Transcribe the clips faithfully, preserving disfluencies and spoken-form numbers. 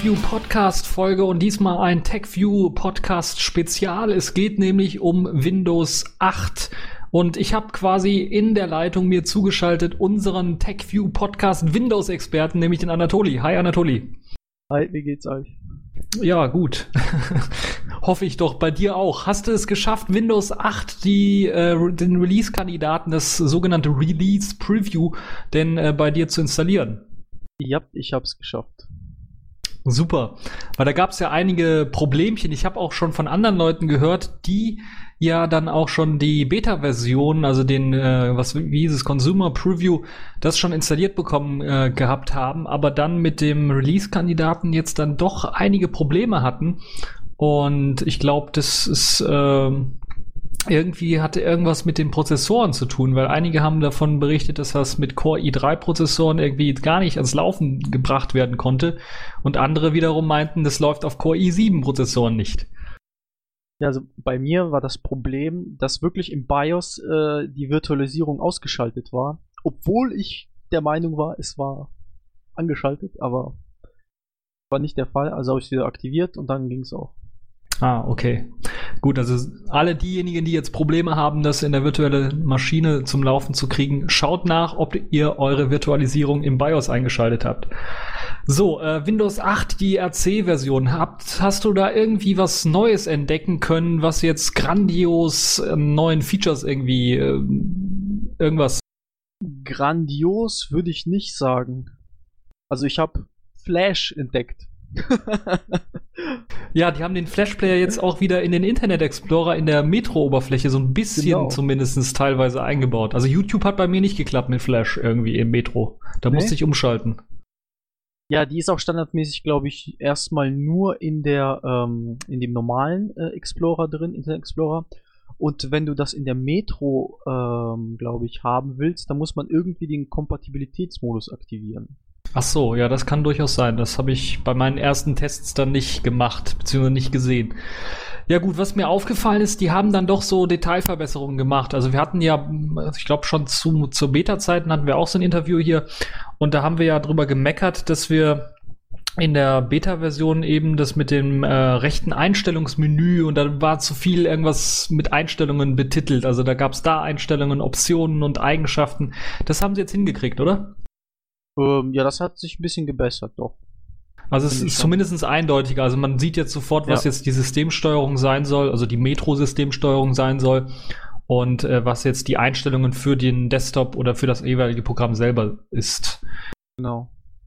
TechView Podcast Folge und diesmal ein TechView Podcast Spezial. Es geht nämlich um Windows acht und ich habe quasi in der Leitung mir zugeschaltet unseren TechView Podcast Windows Experten, nämlich den Anatoli. Hi Anatoli. Hi, wie geht's euch? Ja, gut. Hoffe ich doch. Bei dir auch. Hast du es geschafft, Windows acht, die äh, den Release-Kandidaten, das sogenannte Release Preview, denn äh, bei dir zu installieren? Ja, ich hab's geschafft. Super, weil da gab es ja einige Problemchen. Ich habe auch schon von anderen Leuten gehört, die ja dann auch schon die Beta-Version, also den, äh, was wie hieß es, Consumer Preview, das schon installiert bekommen äh, gehabt haben, aber dann mit dem Release-Kandidaten jetzt dann doch einige Probleme hatten. Und ich glaube, das ist äh, irgendwie hatte irgendwas mit den Prozessoren zu tun, weil einige haben davon berichtet, dass das mit Core i drei Prozessoren irgendwie gar nicht ans Laufen gebracht werden konnte und andere wiederum meinten, das läuft auf Core i sieben Prozessoren nicht. Ja, also bei mir war das Problem, dass wirklich im BIOS äh, die Virtualisierung ausgeschaltet war, obwohl ich der Meinung war, es war angeschaltet, aber war nicht der Fall, also habe ich es wieder aktiviert und dann ging es auch. Ah, okay. Gut, also alle diejenigen, die jetzt Probleme haben, das in der virtuellen Maschine zum Laufen zu kriegen, schaut nach, ob ihr eure Virtualisierung im BIOS eingeschaltet habt. So, äh, Windows acht, die R C-Version. Habt, hast du da irgendwie was Neues entdecken können, was jetzt grandios äh, neuen Features irgendwie äh, irgendwas? Grandios würde ich nicht sagen. Also ich habe Flash entdeckt. Ja, die haben den Flash-Player jetzt auch wieder in den Internet Explorer in der Metro-Oberfläche so ein bisschen Genau. zumindest teilweise eingebaut. Also YouTube hat bei mir nicht geklappt mit Flash irgendwie im Metro. Da Nee? musste ich umschalten. Ja, die ist auch standardmäßig, glaube ich, erstmal nur in der ähm, in dem normalen äh, Explorer drin, Internet Explorer. Und wenn du das in der Metro, ähm, glaube ich, haben willst, dann muss man irgendwie den Kompatibilitätsmodus aktivieren. Ach so, ja, das kann durchaus sein. Das habe ich bei meinen ersten Tests dann nicht gemacht, beziehungsweise nicht gesehen. Ja gut, was mir aufgefallen ist, die haben dann doch so Detailverbesserungen gemacht. Also wir hatten ja, ich glaube schon zu, zu Beta-Zeiten hatten wir auch so ein Interview hier und da haben wir ja drüber gemeckert, dass wir in der Beta-Version eben das mit dem äh, rechten Einstellungsmenü und da war zu viel irgendwas mit Einstellungen betitelt. Also da gab es da Einstellungen, Optionen und Eigenschaften. Das haben sie jetzt hingekriegt, oder? Ähm, ja, das hat sich ein bisschen gebessert, doch. Also es Finde ich ist schon. zumindest eindeutiger. Also man sieht jetzt sofort, was Ja. jetzt die Systemsteuerung sein soll, also die Metro-Systemsteuerung sein soll und äh, was jetzt die Einstellungen für den Desktop oder für das jeweilige Programm selber ist. Genau.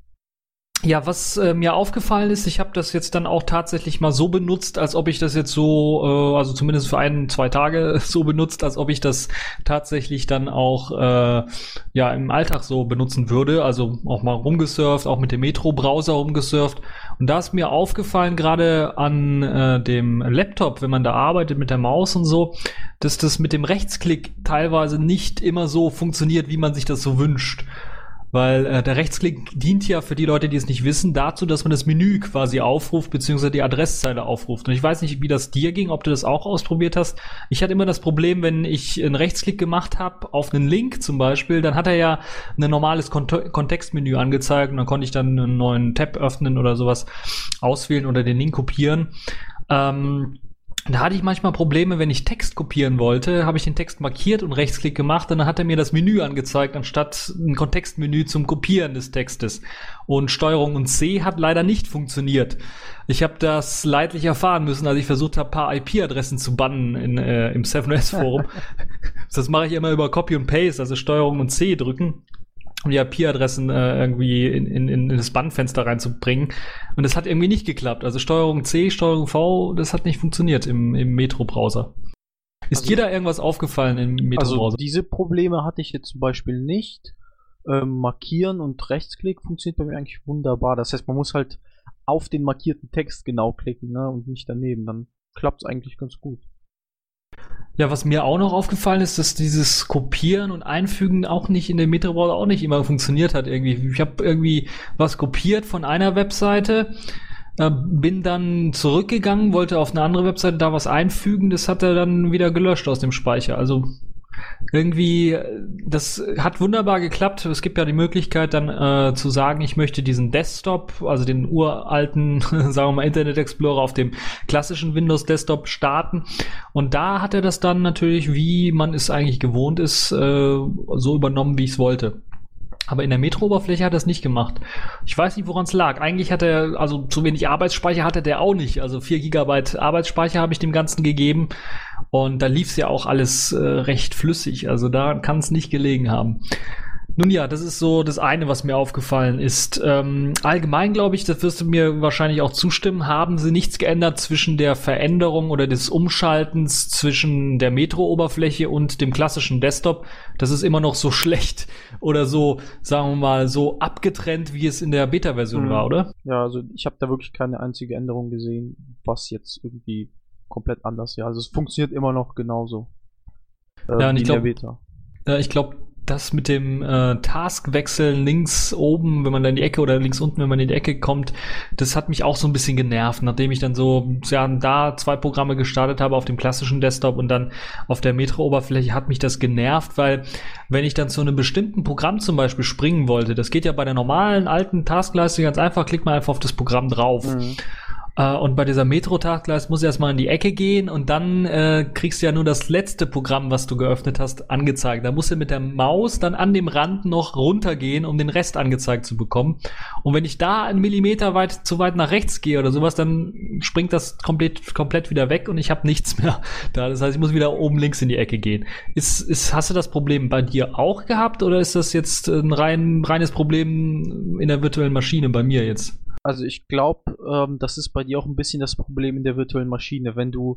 Ja, was äh, mir aufgefallen ist, ich habe das jetzt dann auch tatsächlich mal so benutzt, als ob ich das jetzt so, äh, also zumindest für ein, zwei Tage so benutzt, als ob ich das tatsächlich dann auch äh, ja im Alltag so benutzen würde. Also auch mal rumgesurft, auch mit dem Metro-Browser rumgesurft. Und da ist mir aufgefallen, gerade an äh, dem Laptop, wenn man da arbeitet mit der Maus und so, dass das mit dem Rechtsklick teilweise nicht immer so funktioniert, wie man sich das so wünscht. Weil äh, der Rechtsklick dient ja für die Leute, die es nicht wissen, dazu, dass man das Menü quasi aufruft, beziehungsweise die Adresszeile aufruft. Und ich weiß nicht, wie das dir ging, ob du das auch ausprobiert hast. Ich hatte immer das Problem, wenn ich einen Rechtsklick gemacht habe auf einen Link zum Beispiel, dann hat er ja ein normales Kont- Kontextmenü angezeigt und dann konnte ich dann einen neuen Tab öffnen oder sowas auswählen oder den Link kopieren. Ähm, Da hatte ich manchmal Probleme, wenn ich Text kopieren wollte, habe ich den Text markiert und Rechtsklick gemacht und dann hat er mir das Menü angezeigt, anstatt ein Kontextmenü zum Kopieren des Textes. Und Steuerung und C hat leider nicht funktioniert. Ich habe das leidlich erfahren müssen, als ich versucht habe, ein paar I P-Adressen zu bannen in, äh, im seven O S-Forum. Das mache ich immer über Copy und Paste, also Steuerung und C drücken, um die I P-Adressen äh, irgendwie in, in, in das Bannfenster reinzubringen. Und das hat irgendwie nicht geklappt. Also Steuerung C, Steuerung V, das hat nicht funktioniert im, im Metro-Browser. Ist Also- dir da irgendwas aufgefallen im Also Metro-Browser? diese Probleme hatte ich jetzt zum Beispiel nicht. Ähm, markieren und Rechtsklick funktioniert bei mir eigentlich wunderbar. Das heißt, man muss halt auf den markierten Text genau klicken, ne, und nicht daneben. Dann klappt es eigentlich ganz gut. Ja, was mir auch noch aufgefallen ist, dass dieses Kopieren und Einfügen auch nicht in dem Metro-Browser auch nicht immer funktioniert hat irgendwie. Ich habe irgendwie was kopiert von einer Webseite, äh, bin dann zurückgegangen, wollte auf eine andere Webseite da was einfügen, das hat er dann wieder gelöscht aus dem Speicher. Also irgendwie, äh, das hat wunderbar geklappt. Es gibt ja die Möglichkeit dann äh, zu sagen, ich möchte diesen Desktop, also den uralten, sagen wir mal, Internet Explorer auf dem klassischen Windows Desktop starten. Und da hat er das dann natürlich, wie man es eigentlich gewohnt ist, äh, so übernommen, wie ich es wollte. Aber in der Metro-Oberfläche hat er es nicht gemacht. Ich weiß nicht, woran es lag. Eigentlich hat er, also zu wenig Arbeitsspeicher hatte der auch nicht. Also vier Gigabyte Arbeitsspeicher habe ich dem Ganzen gegeben. Und da lief es ja auch alles äh, recht flüssig. Also da kann es nicht gelegen haben. Nun ja, das ist so das eine, was mir aufgefallen ist. Ähm, allgemein glaube ich, das wirst du mir wahrscheinlich auch zustimmen, haben sie nichts geändert zwischen der Veränderung oder des Umschaltens zwischen der Metro-Oberfläche und dem klassischen Desktop. Das ist immer noch so schlecht oder so, sagen wir mal, so abgetrennt, wie es in der Beta-Version mhm. war, oder? Ja, also ich habe da wirklich keine einzige Änderung gesehen, was jetzt irgendwie komplett anders wäre. Also es funktioniert immer noch genauso. Äh, ja, und ich glaube, ja, ich glaube, das mit dem äh, Taskwechseln links oben, wenn man da in die Ecke oder links unten, wenn man in die Ecke kommt, das hat mich auch so ein bisschen genervt, nachdem ich dann so ja, da zwei Programme gestartet habe auf dem klassischen Desktop und dann auf der Metro-Oberfläche, hat mich das genervt, weil wenn ich dann zu einem bestimmten Programm zum Beispiel springen wollte, das geht ja bei der normalen alten Taskleiste ganz einfach, klickt man einfach auf das Programm drauf. Mhm. Uh, und bei dieser Metro-Taskleiste musst du erstmal in die Ecke gehen und dann äh, kriegst du ja nur das letzte Programm, was du geöffnet hast, angezeigt. Da musst du mit der Maus dann an dem Rand noch runtergehen, um den Rest angezeigt zu bekommen. Und wenn ich da einen Millimeter weit zu weit nach rechts gehe oder sowas, dann springt das komplett komplett wieder weg und ich habe nichts mehr da. Das heißt, ich muss wieder oben links in die Ecke gehen. Ist, ist, hast du das Problem bei dir auch gehabt oder ist das jetzt ein rein, reines Problem in der virtuellen Maschine bei mir jetzt? Also ich glaube, ähm, das ist bei dir auch ein bisschen das Problem in der virtuellen Maschine. Wenn du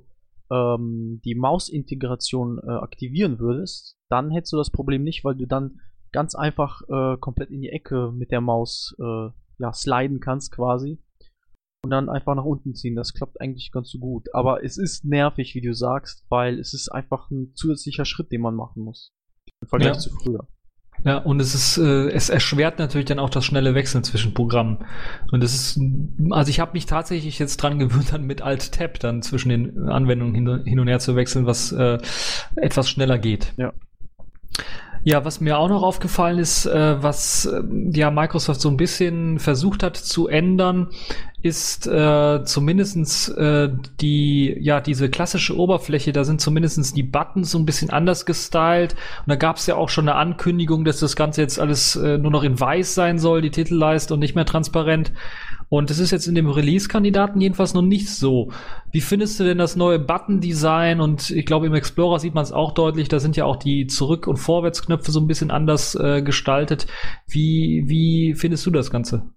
ähm, die Mausintegration äh, aktivieren würdest, dann hättest du das Problem nicht, weil du dann ganz einfach äh, komplett in die Ecke mit der Maus äh, ja, sliden kannst quasi und dann einfach nach unten ziehen. Das klappt eigentlich ganz so gut. Aber es ist nervig, wie du sagst, weil es ist einfach ein zusätzlicher Schritt, den man machen muss. Im Vergleich ja. zu früher. Ja, und es ist, äh, es erschwert natürlich dann auch das schnelle Wechseln zwischen Programmen. Und das ist, also ich habe mich tatsächlich jetzt dran gewöhnt, dann mit Alt-Tab dann zwischen den Anwendungen hin, hin und her zu wechseln, was äh, etwas schneller geht. Ja. Ja, was mir auch noch aufgefallen ist, äh, was äh, ja Microsoft so ein bisschen versucht hat zu ändern, ist äh, zumindestens äh, die, ja, diese klassische Oberfläche, da sind zumindestens die Buttons so ein bisschen anders gestylt. Und da gab es ja auch schon eine Ankündigung, dass das Ganze jetzt alles äh, nur noch in weiß sein soll, die Titelleiste, und nicht mehr transparent. Und das ist jetzt in dem Release-Kandidaten jedenfalls noch nicht so. Wie findest du denn das neue Button-Design? Und ich glaube, im Explorer sieht man es auch deutlich, da sind ja auch die Zurück- und Vorwärtsknöpfe so ein bisschen anders äh, gestaltet. Wie, wie findest du das Ganze?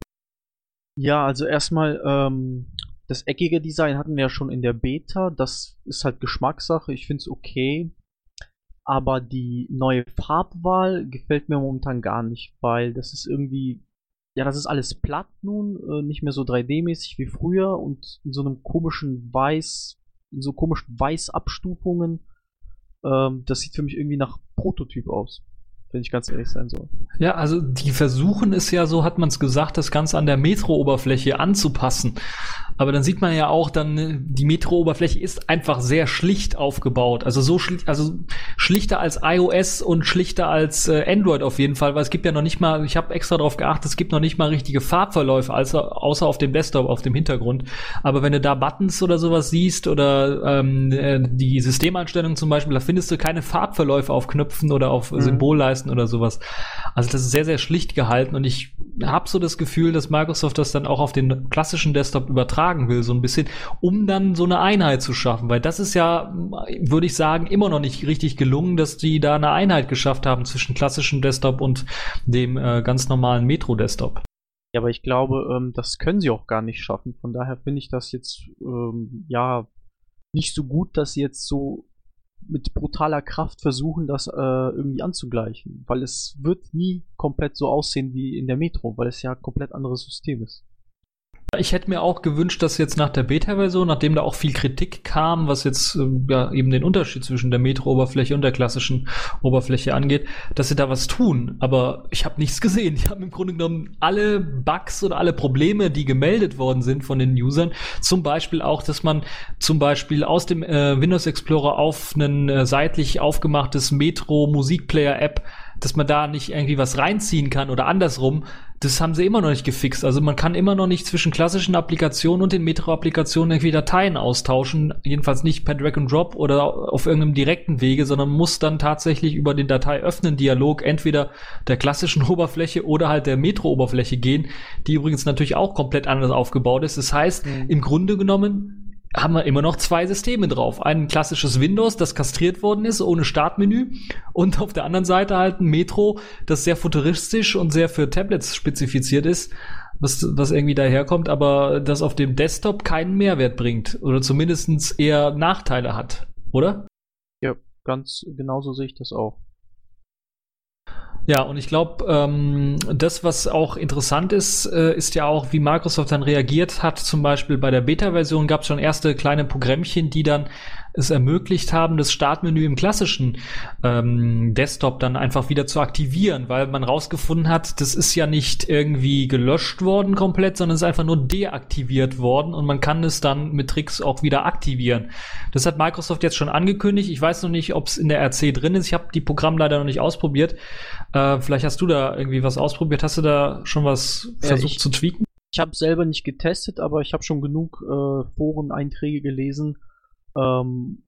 Ja, also erstmal, ähm, das eckige Design hatten wir ja schon in der Beta. Das ist halt Geschmackssache. Ich finde es okay. Aber die neue Farbwahl gefällt mir momentan gar nicht, weil das ist irgendwie, ja, das ist alles platt nun, äh, nicht mehr so drei D-mäßig wie früher und in so einem komischen Weiß, in so komischen Weißabstufungen. Ähm, das sieht für mich irgendwie nach Prototyp aus, wenn ich ganz ehrlich sein soll. Ja, also die versuchen es ja, so hat man es gesagt, das Ganze an der Metro-Oberfläche anzupassen. Aber dann sieht man ja auch, dann die Metro-Oberfläche ist einfach sehr schlicht aufgebaut. Also so schlicht, also schlichter als iOS und schlichter als äh, Android auf jeden Fall, weil es gibt ja noch nicht mal, ich habe extra darauf geachtet, es gibt noch nicht mal richtige Farbverläufe, also, außer auf dem Desktop, auf dem Hintergrund. Aber wenn du da Buttons oder sowas siehst oder ähm, die Systemeinstellungen zum Beispiel, da findest du keine Farbverläufe auf Knöpfen oder auf mhm. Symbolleisten oder sowas. Also das ist sehr, sehr schlicht gehalten und ich habe so das Gefühl, dass Microsoft das dann auch auf den klassischen Desktop übertragen will, so ein bisschen, um dann so eine Einheit zu schaffen, weil das ist ja, würde ich sagen, immer noch nicht richtig gelungen, dass die da eine Einheit geschafft haben zwischen klassischem Desktop und dem äh, ganz normalen Metro-Desktop. Ja, aber ich glaube, ähm, das können sie auch gar nicht schaffen, von daher finde ich das jetzt, ähm, ja, nicht so gut, dass sie jetzt so mit brutaler Kraft versuchen, das äh, irgendwie anzugleichen, weil es wird nie komplett so aussehen wie in der Metro, weil es ja ein komplett anderes System ist. Ich hätte mir auch gewünscht, dass jetzt nach der Beta-Version, nachdem da auch viel Kritik kam, was jetzt äh, ja eben den Unterschied zwischen der Metro-Oberfläche und der klassischen Oberfläche angeht, dass sie da was tun. Aber ich habe nichts gesehen. Die haben im Grunde genommen alle Bugs oder alle Probleme, die gemeldet worden sind von den Usern, zum Beispiel auch, dass man zum Beispiel aus dem äh, Windows Explorer auf ein äh, seitlich aufgemachtes Metro-Musikplayer-App, dass man da nicht irgendwie was reinziehen kann oder andersrum, das haben sie immer noch nicht gefixt. Also man kann immer noch nicht zwischen klassischen Applikationen und den Metro-Applikationen irgendwie Dateien austauschen. Jedenfalls nicht per Drag and Drop oder auf irgendeinem direkten Wege, sondern muss dann tatsächlich über den Datei-Öffnen-Dialog entweder der klassischen Oberfläche oder halt der Metro-Oberfläche gehen, die übrigens natürlich auch komplett anders aufgebaut ist. Das heißt, mhm. im Grunde genommen haben wir immer noch zwei Systeme drauf. Ein klassisches Windows, das kastriert worden ist, ohne Startmenü. Und auf der anderen Seite halt ein Metro, das sehr futuristisch und sehr für Tablets spezifiziert ist, was, was irgendwie daherkommt, aber das auf dem Desktop keinen Mehrwert bringt. Oder zumindest eher Nachteile hat. Oder? Ja, ganz genauso sehe ich das auch. Ja, und ich glaube, ähm, das, was auch interessant ist, äh, ist ja auch, wie Microsoft dann reagiert hat. Zum Beispiel bei der Beta-Version gab es schon erste kleine Programmchen, die dann es ermöglicht haben, das Startmenü im klassischen ähm, Desktop dann einfach wieder zu aktivieren, weil man rausgefunden hat, das ist ja nicht irgendwie gelöscht worden komplett, sondern es ist einfach nur deaktiviert worden und man kann es dann mit Tricks auch wieder aktivieren. Das hat Microsoft jetzt schon angekündigt. Ich weiß noch nicht, ob es in der R C drin ist. Ich habe die Programme leider noch nicht ausprobiert. Äh, vielleicht hast du da irgendwie was ausprobiert. Hast du da schon was ja, versucht ich, zu tweaken? Ich habe selber nicht getestet, aber ich habe schon genug äh, Foreneinträge gelesen. Ähm,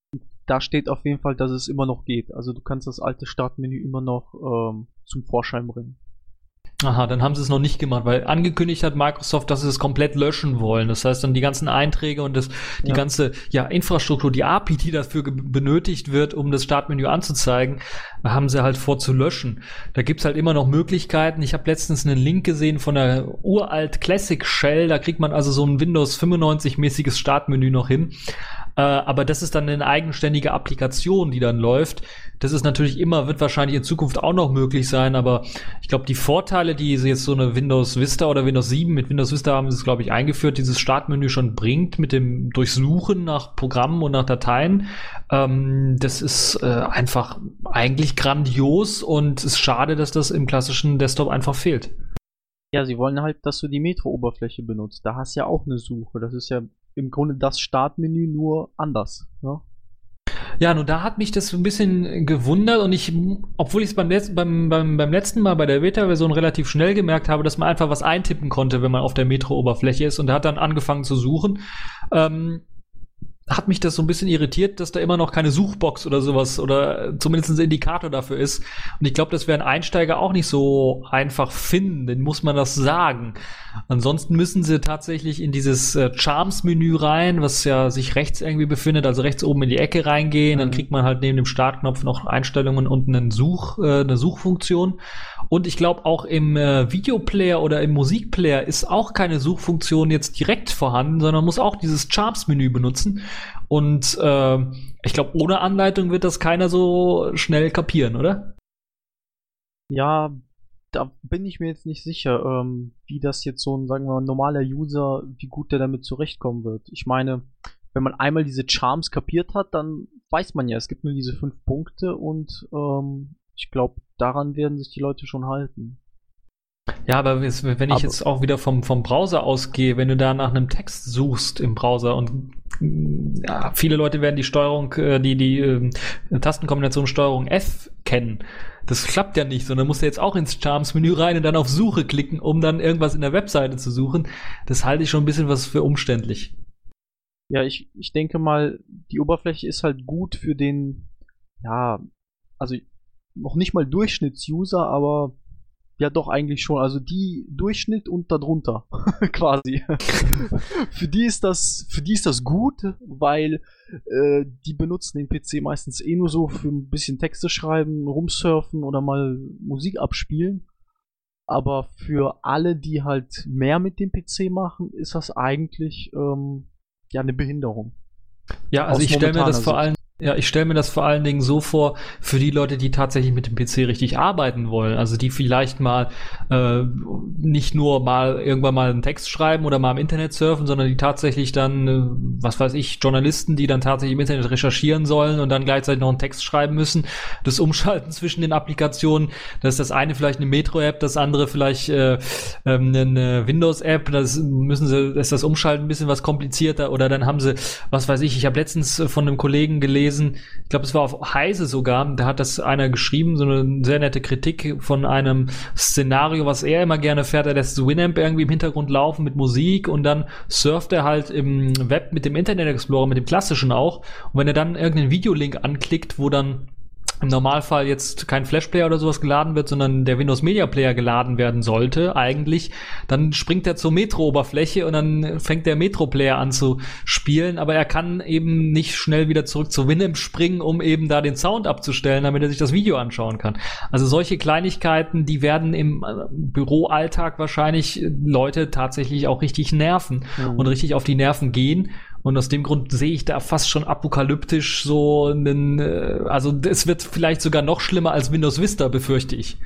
da steht auf jeden Fall, dass es immer noch geht. Also du kannst das alte Startmenü immer noch ähm, zum Vorschein bringen. Aha, dann haben sie es noch nicht gemacht, weil angekündigt hat Microsoft, dass sie es komplett löschen wollen. Das heißt dann die ganzen Einträge und das, die ja. ganze ja, Infrastruktur, die A P I, die dafür ge- benötigt wird, um das Startmenü anzuzeigen, haben sie halt vor zu löschen. Da gibt's halt immer noch Möglichkeiten. Ich habe letztens einen Link gesehen von der uralt Classic Shell. Da kriegt man also so ein Windows fünfundneunzig-mäßiges Startmenü noch hin. Äh, aber das ist dann eine eigenständige Applikation, die dann läuft. Das ist natürlich immer, wird wahrscheinlich in Zukunft auch noch möglich sein, aber ich glaube, die Vorteile, die jetzt so eine Windows Vista oder Windows sieben, mit Windows Vista haben sie es, glaube ich, eingeführt, dieses Startmenü schon bringt mit dem Durchsuchen nach Programmen und nach Dateien, ähm, das ist äh, einfach eigentlich grandios und es ist schade, dass das im klassischen Desktop einfach fehlt. Ja, sie wollen halt, dass du die Metro-Oberfläche benutzt. Da hast du ja auch eine Suche. Das ist ja im Grunde das Startmenü nur anders, ne? Ja, nur da hat mich das so ein bisschen gewundert und ich, obwohl ich es beim, Letz-, beim, beim, beim letzten Mal bei der Beta-Version relativ schnell gemerkt habe, dass man einfach was eintippen konnte, wenn man auf der Metro-Oberfläche ist und er hat dann angefangen zu suchen, ähm, hat mich das so ein bisschen irritiert, dass da immer noch keine Suchbox oder sowas oder zumindest ein Indikator dafür ist. Und ich glaube, das wäre ein Einsteiger auch nicht so einfach finden, den muss man das sagen. Ansonsten müssen sie tatsächlich in dieses äh, Charms-Menü rein, was ja sich rechts irgendwie befindet, also rechts oben in die Ecke reingehen, mhm. Dann kriegt man halt neben dem Startknopf noch Einstellungen und einen Such, äh, eine Suchfunktion. Und ich glaube auch im äh, Videoplayer oder im Musikplayer ist auch keine Suchfunktion jetzt direkt vorhanden, sondern muss auch dieses Charms-Menü benutzen. Und äh, ich glaube, ohne Anleitung wird das keiner so schnell kapieren, oder? Ja, da bin ich mir jetzt nicht sicher, ähm, wie das jetzt so ein, sagen wir mal, normaler User, wie gut der damit zurechtkommen wird. Ich meine, wenn man einmal diese Charms kapiert hat, dann weiß man ja, es gibt nur diese fünf Punkte und ähm, ich glaube, daran werden sich die Leute schon halten. Ja, aber wenn ich aber jetzt auch wieder vom, vom Browser ausgehe, wenn du da nach einem Text suchst im Browser und ja, viele Leute werden die Steuerung, die, die äh, Tastenkombination Steuerung F kennen. Das klappt ja nicht, sondern musst du jetzt auch ins Charms-Menü rein und dann auf Suche klicken, um dann irgendwas in der Webseite zu suchen. Das halte ich schon ein bisschen was für umständlich. Ja, ich, ich denke mal, die Oberfläche ist halt gut für den, ja, also noch nicht mal Durchschnitts-User, aber ja, doch eigentlich schon. Also die Durchschnitt und darunter quasi. für die ist das, für die ist das gut, weil äh, die benutzen den P C meistens eh nur so für ein bisschen Texte schreiben, rumsurfen oder mal Musik abspielen. Aber für alle, die halt mehr mit dem P C machen, ist das eigentlich ähm, ja eine Behinderung. Ja, also ich stelle mir das vor allem Ja, ich stelle mir das vor allen Dingen so vor, für die Leute, die tatsächlich mit dem P C richtig arbeiten wollen. Also die vielleicht mal äh, nicht nur mal irgendwann mal einen Text schreiben oder mal im Internet surfen, sondern die tatsächlich dann, äh, was weiß ich, Journalisten, die dann tatsächlich im Internet recherchieren sollen und dann gleichzeitig noch einen Text schreiben müssen. Das Umschalten zwischen den Applikationen, das ist das eine vielleicht eine Metro-App, das andere vielleicht äh, ähm, eine Windows-App. Das müssen sie, ist das Umschalten ein bisschen was komplizierter. Oder dann haben sie, was weiß ich, ich habe letztens von einem Kollegen gelesen, ich glaube, es war auf Heise sogar, da hat das einer geschrieben, so eine sehr nette Kritik von einem Szenario, was er immer gerne fährt. Er lässt Winamp irgendwie im Hintergrund laufen mit Musik und dann surft er halt im Web mit dem Internet Explorer, mit dem klassischen auch. Und wenn er dann irgendeinen Videolink anklickt, wo dann im Normalfall jetzt kein Flashplayer oder sowas geladen wird, sondern der Windows Media Player geladen werden sollte, eigentlich, dann springt er zur Metro-Oberfläche und dann fängt der Metro-Player an zu spielen, aber er kann eben nicht schnell wieder zurück zu Winamp springen, um eben da den Sound abzustellen, damit er sich das Video anschauen kann. Also solche Kleinigkeiten, die werden im Büroalltag wahrscheinlich Leute tatsächlich auch richtig nerven mhm. und richtig auf die Nerven gehen. Und aus dem Grund sehe ich da fast schon apokalyptisch so einen, also es wird vielleicht sogar noch schlimmer als Windows Vista, befürchte ich.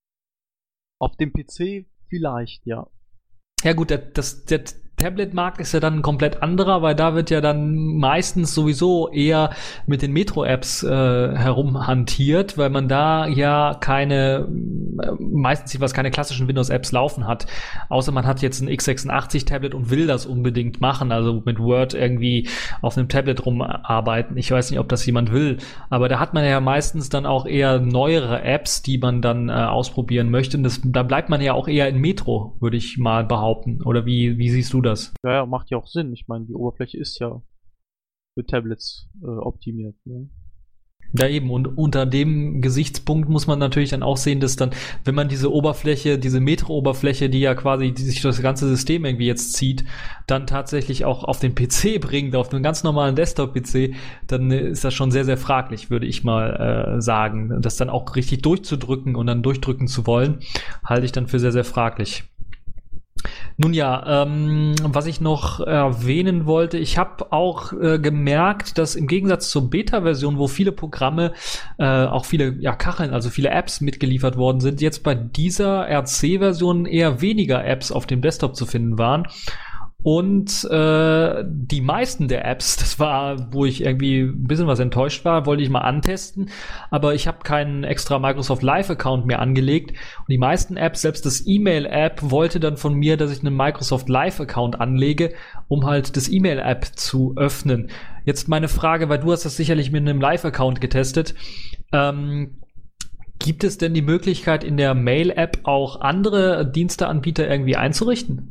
Auf dem P C vielleicht, ja. Ja gut, der, das, der Tablet-Markt ist ja dann ein komplett anderer, weil da wird ja dann meistens sowieso eher mit den Metro-Apps äh, herumhantiert, weil man da ja keine, äh, meistens jedenfalls keine klassischen Windows-Apps laufen hat. Außer man hat jetzt ein x sechsundachtzig-Tablet und will das unbedingt machen, also mit Word irgendwie auf einem Tablet rumarbeiten. Ich weiß nicht, ob das jemand will, aber da hat man ja meistens dann auch eher neuere Apps, die man dann äh, ausprobieren möchte. Und das, da bleibt man ja auch eher in Metro, würde ich mal behaupten. Oder wie, wie siehst du das? Ja, ja, macht ja auch Sinn. Ich meine, die Oberfläche ist ja für Tablets äh, optimiert. Ne? Ja, eben. Und unter dem Gesichtspunkt muss man natürlich dann auch sehen, dass dann, wenn man diese Oberfläche, diese Metro-Oberfläche, die ja quasi die sich das ganze System irgendwie jetzt zieht, dann tatsächlich auch auf den P C bringt, auf einen ganz normalen Desktop-P C, dann ist das schon sehr, sehr fraglich, würde ich mal äh, sagen. Das dann auch richtig durchzudrücken und dann durchdrücken zu wollen, halte ich dann für sehr, sehr fraglich. Nun ja, ähm, was ich noch erwähnen wollte, ich habe auch äh, gemerkt, dass im Gegensatz zur Beta-Version, wo viele Programme, äh, auch viele ja, Kacheln, also viele Apps mitgeliefert worden sind, jetzt bei dieser R C-Version eher weniger Apps auf dem Desktop zu finden waren. Und äh, die meisten der Apps, das war, wo ich irgendwie ein bisschen was enttäuscht war, wollte ich mal antesten, aber ich habe keinen extra Microsoft Live-Account mehr angelegt. Und die meisten Apps, selbst das E-Mail-App, wollte dann von mir, dass ich einen Microsoft Live-Account anlege, um halt das E-Mail-App zu öffnen. Jetzt meine Frage, weil du hast das sicherlich mit einem Live-Account getestet. Ähm, gibt es denn die Möglichkeit, in der Mail-App auch andere Diensteanbieter irgendwie einzurichten?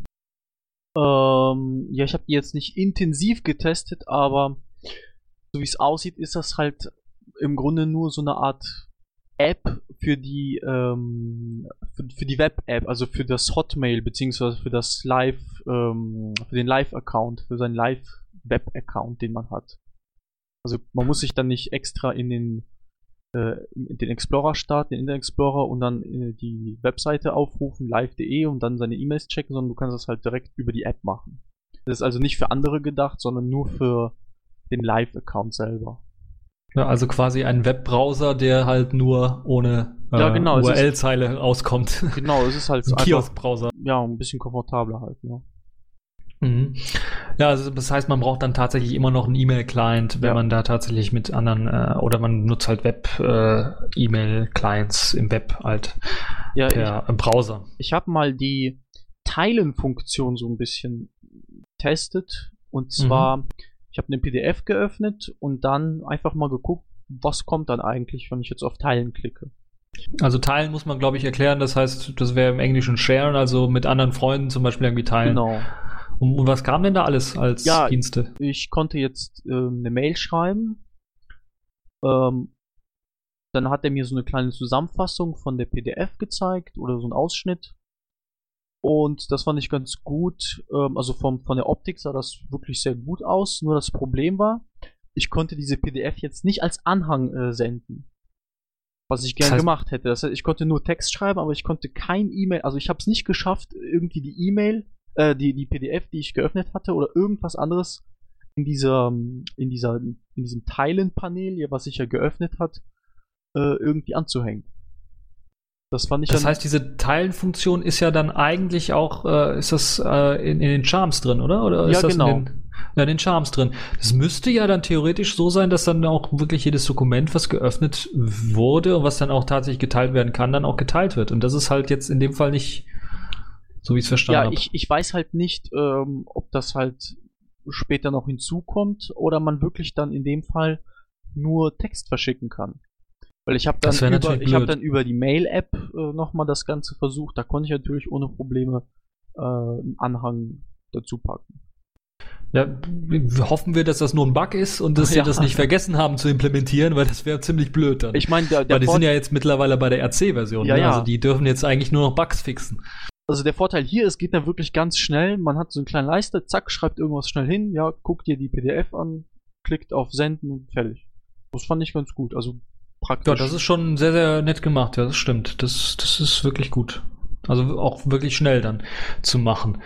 Ähm, ja, ich habe die jetzt nicht intensiv getestet, aber so wie es aussieht, ist das halt im Grunde nur so eine Art App für die ähm, für, für die Web-App, also für das Hotmail beziehungsweise für das Live, ähm, für den Live-Account, für seinen Live-Web-Account, den man hat. Also man muss sich dann nicht extra in den äh, in den Explorer starten, den Internet Explorer und dann äh, die Webseite aufrufen, live punkt de und dann seine E-Mails checken, sondern du kannst das halt direkt über die App machen. Das ist also nicht für andere gedacht, sondern nur für den Live-Account selber. Ja, also quasi ein Webbrowser, der halt nur ohne äh, ja, genau, U R L-Zeile auskommt. Genau, es ist halt ein Kiosk-Browser. Ja, ein bisschen komfortabler halt, ja. Mhm. Ja, also das heißt, man braucht dann tatsächlich immer noch einen E-Mail-Client, wenn ja. man da tatsächlich mit anderen, äh, oder man nutzt halt Web-E-Mail-Clients äh, im Web halt ja, per ich, Browser. Ich habe mal die Teilen-Funktion so ein bisschen getestet und zwar, mhm. ich habe eine P D F geöffnet und dann einfach mal geguckt, was kommt dann eigentlich, wenn ich jetzt auf Teilen klicke. Also teilen muss man, glaube ich, erklären, das heißt, das wäre im Englischen sharen, also mit anderen Freunden zum Beispiel irgendwie teilen. Genau. Und, und was kam denn da alles als ja, Dienste? Ich konnte jetzt ähm, eine Mail schreiben. Ähm, dann hat er mir so eine kleine Zusammenfassung von der P D F gezeigt oder so einen Ausschnitt. Und das fand ich ganz gut. Ähm, also vom, von der Optik sah das wirklich sehr gut aus. Nur das Problem war, ich konnte diese P D F jetzt nicht als Anhang äh, senden. Was ich gern das heißt, gemacht hätte. Das heißt, ich konnte nur Text schreiben, aber ich konnte kein E-Mail, also ich habe es nicht geschafft, irgendwie die E-Mail Die, die P D F, die ich geöffnet hatte oder irgendwas anderes in dieser, in dieser, in diesem Teilen-Panel, was sich ja geöffnet hat, äh, irgendwie anzuhängen. Das fand ich Das dann, heißt, diese Teilenfunktion ist ja dann eigentlich auch, äh, ist das äh, in, in den Charms drin, oder? Oder ist Ja, das genau. in den, ja, in den Charms drin? Das müsste ja dann theoretisch so sein, dass dann auch wirklich jedes Dokument, was geöffnet wurde und was dann auch tatsächlich geteilt werden kann, dann auch geteilt wird. Und das ist halt jetzt in dem Fall nicht, so wie ich es verstanden ja, habe. ich, ich weiß halt nicht, ähm, ob das halt später noch hinzukommt oder man wirklich dann in dem Fall nur Text verschicken kann. Weil ich habe dann, Das wär über, natürlich ich hab blöd. dann über die Mail-App äh, nochmal das Ganze versucht. Da konnte ich natürlich ohne Probleme äh, einen Anhang dazu packen. Ja, w- hoffen wir, dass das nur ein Bug ist und dass sie Ja. das nicht vergessen haben zu implementieren, weil das wäre ziemlich blöd dann. Ich meine, der, der weil die Vor- sind ja jetzt mittlerweile bei der R C-Version. Ja, ne? ja. Also die dürfen jetzt eigentlich nur noch Bugs fixen. also der Vorteil hier ist, geht dann wirklich ganz schnell. Man hat so eine kleine Leiste, zack, schreibt irgendwas schnell hin, ja, guckt dir die P D F an, klickt auf Senden und fertig. Das fand ich ganz gut. Also praktisch. Ja, das ist schon sehr, sehr nett gemacht, ja, das stimmt. Das, das ist wirklich gut. Also auch wirklich schnell dann zu machen.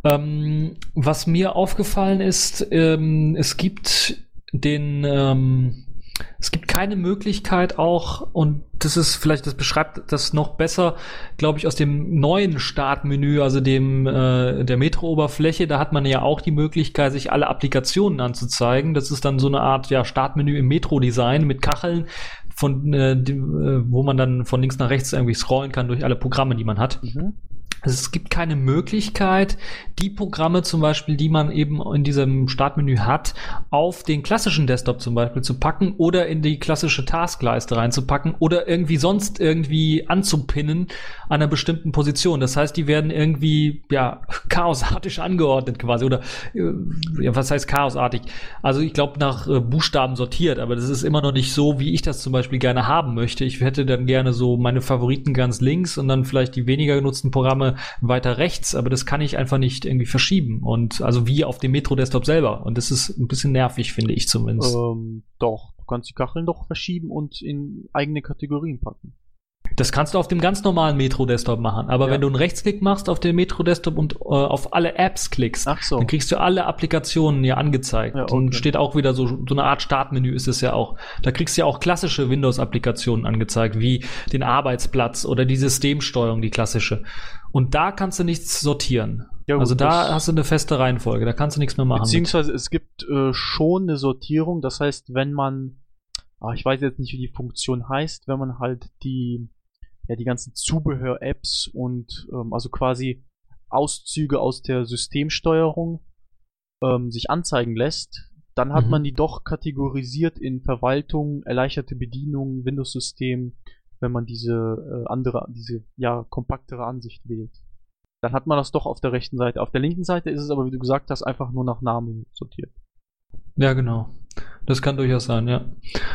Ähm, was mir aufgefallen ist, ähm, es gibt den, ähm, es gibt keine Möglichkeit auch, und das ist vielleicht, das beschreibt das noch besser, glaube ich, aus dem neuen Startmenü, also dem äh, der Metro-Oberfläche, da hat man ja auch die Möglichkeit, sich alle Applikationen anzuzeigen. Das ist dann so eine Art ja, Startmenü im Metro-Design mit Kacheln, von äh, dem, äh, wo man dann von links nach rechts irgendwie scrollen kann durch alle Programme, die man hat. Mhm. Also es gibt keine Möglichkeit, die Programme zum Beispiel, die man eben in diesem Startmenü hat, auf den klassischen Desktop zum Beispiel zu packen oder in die klassische Taskleiste reinzupacken oder irgendwie sonst irgendwie anzupinnen an einer bestimmten Position. Das heißt, die werden irgendwie ja chaosartig angeordnet quasi oder äh, ja, was heißt chaosartig? Also ich glaube nach äh, Buchstaben sortiert, aber das ist immer noch nicht so, wie ich das zum Beispiel gerne haben möchte. Ich hätte dann gerne so meine Favoriten ganz links und dann vielleicht die weniger genutzten Programme weiter rechts, aber das kann ich einfach nicht irgendwie verschieben und also wie auf dem Metro-Desktop selber und das ist ein bisschen nervig, finde ich zumindest. Ähm, doch, du kannst die Kacheln doch verschieben und in eigene Kategorien packen. Das kannst du auf dem ganz normalen Metro-Desktop machen, aber Ja. wenn du einen Rechtsklick machst auf dem Metro-Desktop und äh, auf alle Apps klickst, Ach so. dann kriegst du alle Applikationen ja angezeigt. Ja, okay. Und steht auch wieder so, so eine Art Startmenü ist es ja auch. Da kriegst du ja auch klassische Windows-Applikationen angezeigt, wie den Arbeitsplatz oder die Systemsteuerung, die klassische. Und da kannst du nichts sortieren. Ja, gut, also da das- hast du eine feste Reihenfolge, da kannst du nichts mehr machen. Beziehungsweise es gibt äh, schon eine Sortierung, das heißt, wenn man, ah, ich weiß jetzt nicht, wie die Funktion heißt, wenn man halt die, ja, die ganzen Zubehör-Apps und ähm, also quasi Auszüge aus der Systemsteuerung ähm, sich anzeigen lässt, dann hat Mhm. man die doch kategorisiert in Verwaltung, erleichterte Bedienung, Windows-System, wenn man diese äh, andere, diese ja kompaktere Ansicht wählt. Dann hat man das doch auf der rechten Seite. Auf der linken Seite ist es aber, wie du gesagt hast, einfach nur nach Namen sortiert. Ja, genau. Das kann durchaus sein, ja.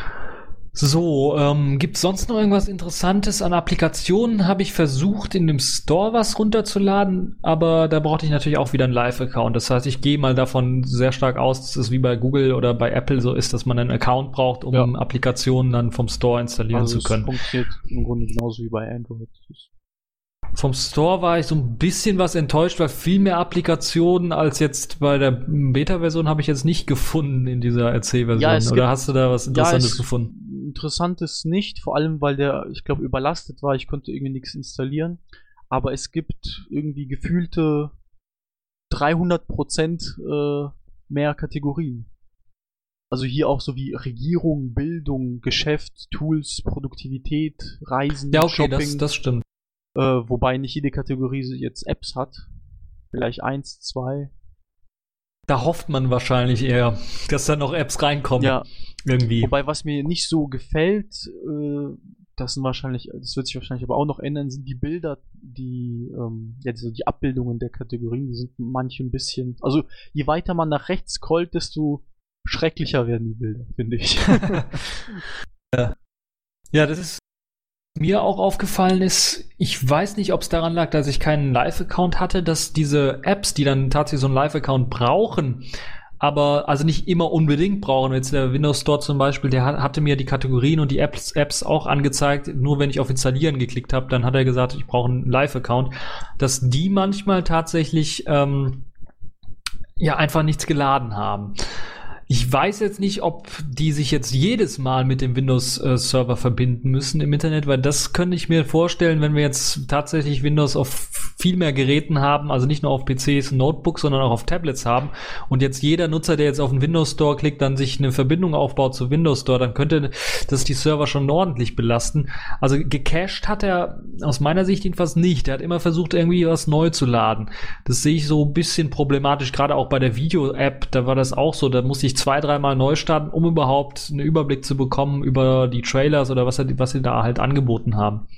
So, ähm, gibt es sonst noch irgendwas Interessantes an Applikationen? Habe ich versucht, in dem Store was runterzuladen, aber da brauchte ich natürlich auch wieder einen Live-Account. Das heißt, ich gehe mal davon sehr stark aus, dass es wie bei Google oder bei Apple so ist, dass man einen Account braucht, um Ja. Applikationen dann vom Store installieren Also zu es können. funktioniert im Grunde genauso wie bei Android. Das ist- Vom Store war ich so ein bisschen was enttäuscht, weil viel mehr Applikationen als jetzt bei der Beta-Version habe ich jetzt nicht gefunden in dieser R C-Version. Ja, es Oder gibt- hast du da was Interessantes es- gefunden? Interessantes nicht, vor allem weil der, ich glaube, überlastet war. Ich konnte irgendwie nichts installieren. Aber es gibt irgendwie gefühlte dreihundert Prozent äh, mehr Kategorien. Also hier auch so wie Regierung, Bildung, Geschäft, Tools, Produktivität, Reisen, Ja, okay, Shopping. das, das stimmt. Äh, wobei nicht jede Kategorie jetzt Apps hat. Vielleicht eins, zwei. Da hofft man wahrscheinlich eher, dass da noch Apps reinkommen. Ja, Irgendwie. wobei was mir nicht so gefällt, äh, das sind wahrscheinlich, das wird sich wahrscheinlich aber auch noch ändern, sind die Bilder, die, ähm, ja, also die Abbildungen der Kategorien, die sind manche ein bisschen, also je weiter man nach rechts scrollt, desto schrecklicher werden die Bilder, finde ich. Ja, das ist mir auch aufgefallen ist, ich weiß nicht, ob es daran lag, dass ich keinen Live-Account hatte, dass diese Apps, die dann tatsächlich so einen Live-Account brauchen, aber also nicht immer unbedingt brauchen. Jetzt der Windows Store zum Beispiel, der hat, hatte mir die Kategorien und die Apps, Apps auch angezeigt. Nur wenn ich auf Installieren geklickt habe, dann hat er gesagt, ich brauche einen Live-Account. Dass die manchmal tatsächlich ähm, ja einfach nichts geladen haben. Ich weiß jetzt nicht, ob die sich jetzt jedes Mal mit dem Windows-Server verbinden müssen im Internet, weil das könnte ich mir vorstellen, wenn wir jetzt tatsächlich Windows auf viel mehr Geräten haben, also nicht nur auf P Cs und Notebooks, sondern auch auf Tablets haben und jetzt jeder Nutzer, der jetzt auf den Windows Store klickt, dann sich eine Verbindung aufbaut zu Windows Store, dann könnte das die Server schon ordentlich belasten. Also gecached hat er aus meiner Sicht jedenfalls nicht. Er hat immer versucht, irgendwie was neu zu laden. Das sehe ich so ein bisschen problematisch, gerade auch bei der Video-App, da war das auch so, da musste ich zwei, dreimal neu starten, um überhaupt einen Überblick zu bekommen über die Trailers oder was, was sie da halt angeboten haben.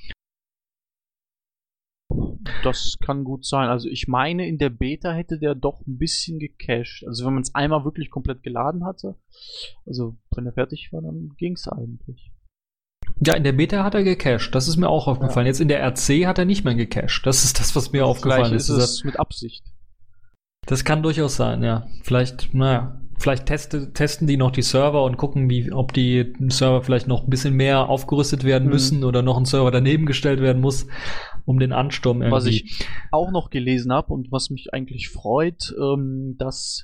Das kann gut sein. Also ich meine, in der Beta hätte der doch ein bisschen gecached. Also wenn man es einmal wirklich komplett geladen hatte, also wenn er fertig war, dann ging es eigentlich. Ja, in der Beta hat er gecached. Das ist mir auch aufgefallen. Ja. Jetzt in der R C hat er nicht mehr gecached. Das ist das, was mir aufgefallen Vielleicht ist. ist es mit Absicht. Das kann durchaus sein, ja. Vielleicht, naja, vielleicht teste, testen die noch die Server und gucken, wie, ob die Server vielleicht noch ein bisschen mehr aufgerüstet werden mhm. müssen oder noch ein Server daneben gestellt werden muss, um den Ansturm irgendwie. Was ich auch noch gelesen habe und was mich eigentlich freut, ähm, dass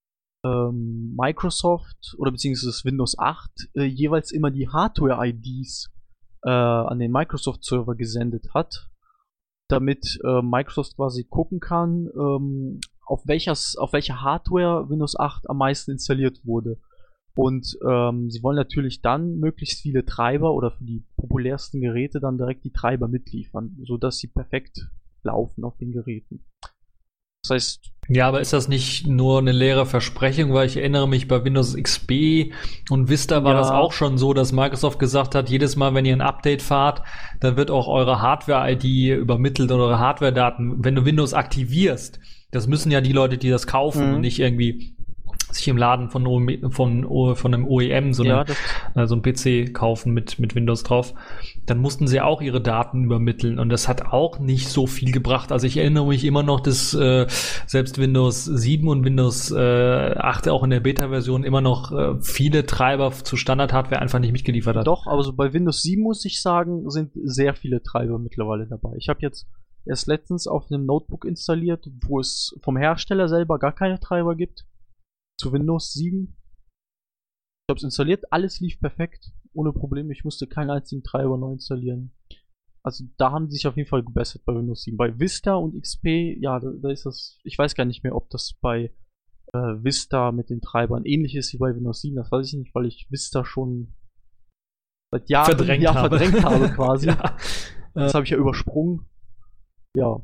ähm, Microsoft oder beziehungsweise Windows acht äh, jeweils immer die Hardware-I Ds äh, an den Microsoft-Server gesendet hat, damit äh, Microsoft quasi gucken kann, ähm, auf welcher, auf welcher Hardware Windows acht am meisten installiert wurde. Und ähm, sie wollen natürlich dann möglichst viele Treiber oder für die populärsten Geräte dann direkt die Treiber mitliefern, sodass sie perfekt laufen auf den Geräten. Das heißt... Ja, aber ist das nicht nur eine leere Versprechung, weil ich erinnere mich, bei Windows X P und Vista war ja. das auch schon so, dass Microsoft gesagt hat, jedes Mal, wenn ihr ein Update fahrt, dann wird auch eure Hardware-I D übermittelt oder eure Hardware-Daten. Wenn du Windows aktivierst, das müssen ja die Leute, die das kaufen mhm. und nicht irgendwie sich im Laden von, von, von einem O E M so, ja, eine, äh, so ein P C kaufen mit, mit Windows drauf, dann mussten sie auch ihre Daten übermitteln und das hat auch nicht so viel gebracht. Also ich erinnere mich immer noch, dass äh, selbst Windows sieben und Windows äh, acht auch in der Beta-Version immer noch äh, viele Treiber zu Standard-Hardware einfach nicht mitgeliefert hat. Doch, aber so bei Windows sieben muss ich sagen, sind sehr viele Treiber mittlerweile dabei. Ich habe jetzt erst letztens auf einem Notebook installiert, wo es vom Hersteller selber gar keine Treiber gibt. Zu Windows sieben. Ich habe es installiert, alles lief perfekt, ohne Probleme. Ich musste keinen einzigen Treiber neu installieren. Also da haben sie sich auf jeden Fall gebessert bei Windows sieben. Bei Vista und X P, ja, da, da ist das, ich weiß gar nicht mehr, ob das bei äh, Vista mit den Treibern ähnlich ist wie bei Windows sieben. Das weiß ich nicht, weil ich Vista schon seit Jahren verdrängt, ja, habe. verdrängt habe quasi. ja. Das habe ich ja übersprungen. Ja.